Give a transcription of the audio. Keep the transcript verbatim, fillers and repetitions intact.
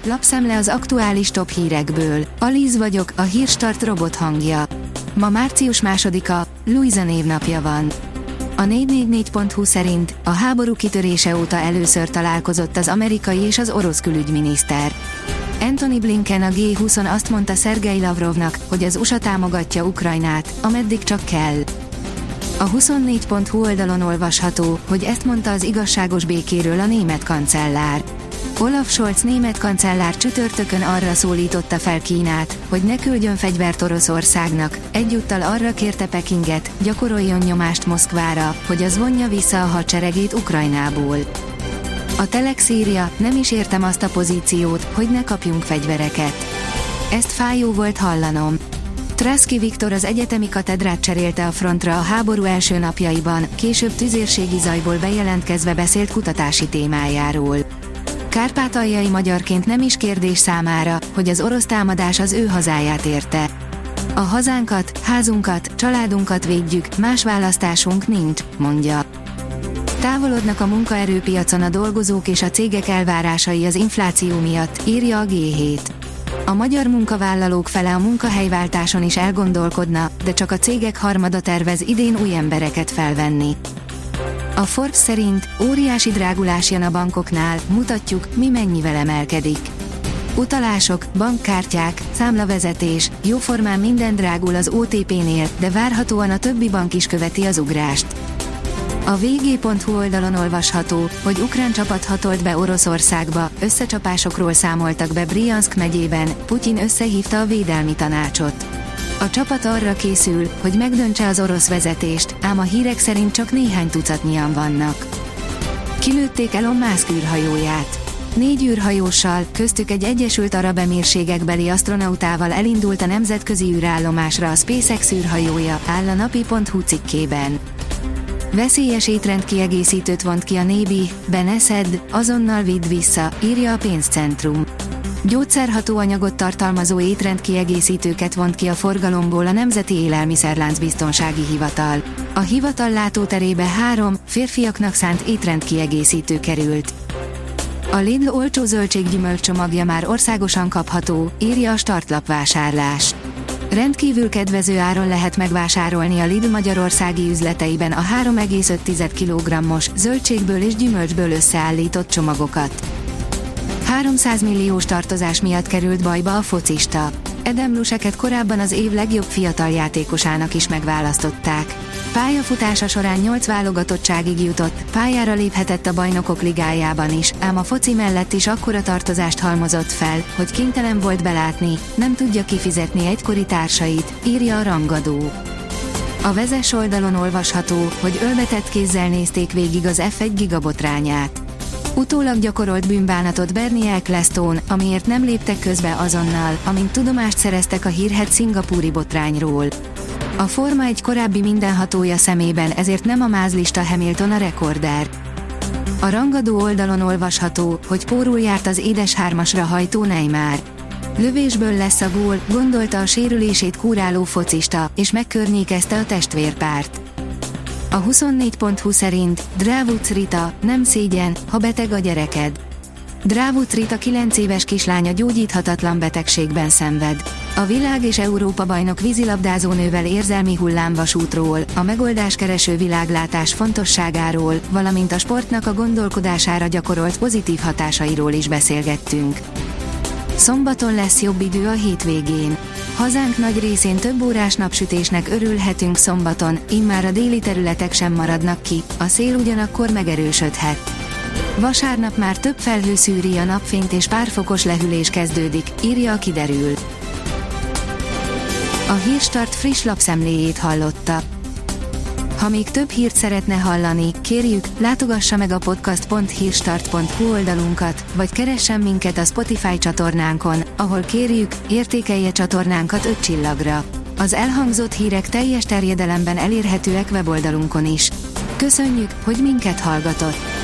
lapszemle az aktuális top hírekből. Alíz vagyok, a Hírstart robot hangja. Ma március másodika, Luisa névnapja van. A négy négy négy pont hu szerint a háború kitörése óta először találkozott az amerikai és az orosz külügyminiszter. Anthony Blinken a gé húszon azt mondta Szergej Lavrovnak, hogy az u es á támogatja Ukrajnát, ameddig csak kell. A huszonnégy pont hu oldalon olvasható, hogy ezt mondta az igazságos békéről a német kancellár. Olaf Scholz német kancellár csütörtökön arra szólította fel Kínát, hogy ne küldjön fegyvert Oroszországnak, egyúttal arra kérte Pekinget, gyakoroljon nyomást Moszkvára, hogy az vonja vissza a hadseregét Ukrajnából. A Telex írja, nem is értem azt a pozíciót, hogy ne kapjunk fegyvereket. Ezt fájó volt hallanom. Traszki Viktor az egyetemi katedrát cserélte a frontra a háború első napjaiban, később tüzérségi zajból bejelentkezve beszélt kutatási témájáról. Kárpátaljai magyarként nem is kérdés számára, hogy az orosz támadás az ő hazáját érte. A hazánkat, házunkat, családunkat védjük, más választásunk nincs, mondja. Távolodnak a munkaerőpiacon a dolgozók és a cégek elvárásai az infláció miatt, írja a gé hét. A magyar munkavállalók fele a munkahelyváltáson is elgondolkodna, de csak a cégek harmada tervez idén új embereket felvenni. A Forbes szerint óriási drágulás jön a bankoknál, mutatjuk, mi mennyivel emelkedik. Utalások, bankkártyák, számlavezetés, jóformán minden drágul az o té pé-nél, de várhatóan a többi bank is követi az ugrást. A vé gé pont hu oldalon olvasható, hogy ukrán csapat hatolt be Oroszországba, összecsapásokról számoltak be Brjanszk megyében, Putyin összehívta a védelmi tanácsot. A csapat arra készül, hogy megdöntse az orosz vezetést, ám a hírek szerint csak néhány tucatnyian vannak. Kilőtték Elon Musk űrhajóját. Négy űrhajóssal, köztük egy Egyesült Arab Emírségekbeli asztronautával elindult a nemzetközi űrállomásra a SpaceX űrhajója, áll a napi pont hu cikkében. Veszélyes étrendkiegészítőt vont ki a Nébi, Beneszed, azonnal vidd vissza, írja a pénzcentrum. Gyógyszerhatóanyagot tartalmazó étrendkiegészítőket vont ki a forgalomból a Nemzeti Élelmiszerláncbiztonsági Hivatal. A hivatal látóterébe három, férfiaknak szánt étrendkiegészítő került. A Lidl olcsó zöldséggyümölcs csomagja már országosan kapható, írja a Startlap-vásárlás. Rendkívül kedvező áron lehet megvásárolni a Lidl magyarországi üzleteiben a három egész öt kilogrammos, zöldségből és gyümölcsből összeállított csomagokat. háromszáz milliós tartozás miatt került bajba a focista. Adam Luseket korábban az év legjobb fiatal játékosának is megválasztották. Pályafutása során nyolc válogatottságig jutott, pályára léphetett a Bajnokok Ligájában is, ám a foci mellett is akkora tartozást halmozott fel, hogy kénytelen volt belátni, nem tudja kifizetni egykori társait, írja a rangadó. A Vezes oldalon olvasható, hogy ölbetett kézzel nézték végig az ef egy gigabotrányát. Utólag gyakorolt bűnbánatot Bernie Ecclestone, amiért nem léptek közbe azonnal, amint tudomást szereztek a hírhedt szingapúri botrányról. A Forma egy korábbi mindenhatója szemében ezért nem a mázlista Hamilton a rekorder. A rangadó oldalon olvasható, hogy pórul járt az édes hármasra hajtó Neymar. Lövésből lesz a gól, gondolta a sérülését kúráló focista, és megkörnyékezte a testvérpárt. A huszonnégy pont hu szerint Drávuc Rita, nem szégyen, ha beteg a gyereked. Drávuc Rita kilenc éves kislánya gyógyíthatatlan betegségben szenved. A világ- és Európa-bajnok vízilabdázónővel érzelmi hullámvasútról, a megoldáskereső világlátás fontosságáról, valamint a sportnak a gondolkodására gyakorolt pozitív hatásairól is beszélgettünk. Szombaton lesz jobb idő a hétvégén. Hazánk nagy részén több órás napsütésnek örülhetünk szombaton, immár a déli területek sem maradnak ki, a szél ugyanakkor megerősödhet. Vasárnap már több felhő szűri a napfényt és pár fokos lehűlés kezdődik, írja a Kiderül. A Hírstart friss lapszemléjét hallotta. Ha még több hírt szeretne hallani, kérjük, látogassa meg a podcast pont hírstart pont hu oldalunkat, vagy keressen minket a Spotify csatornánkon, ahol kérjük, értékelje csatornánkat öt csillagra. Az elhangzott hírek teljes terjedelemben elérhetőek weboldalunkon is. Köszönjük, hogy minket hallgatott!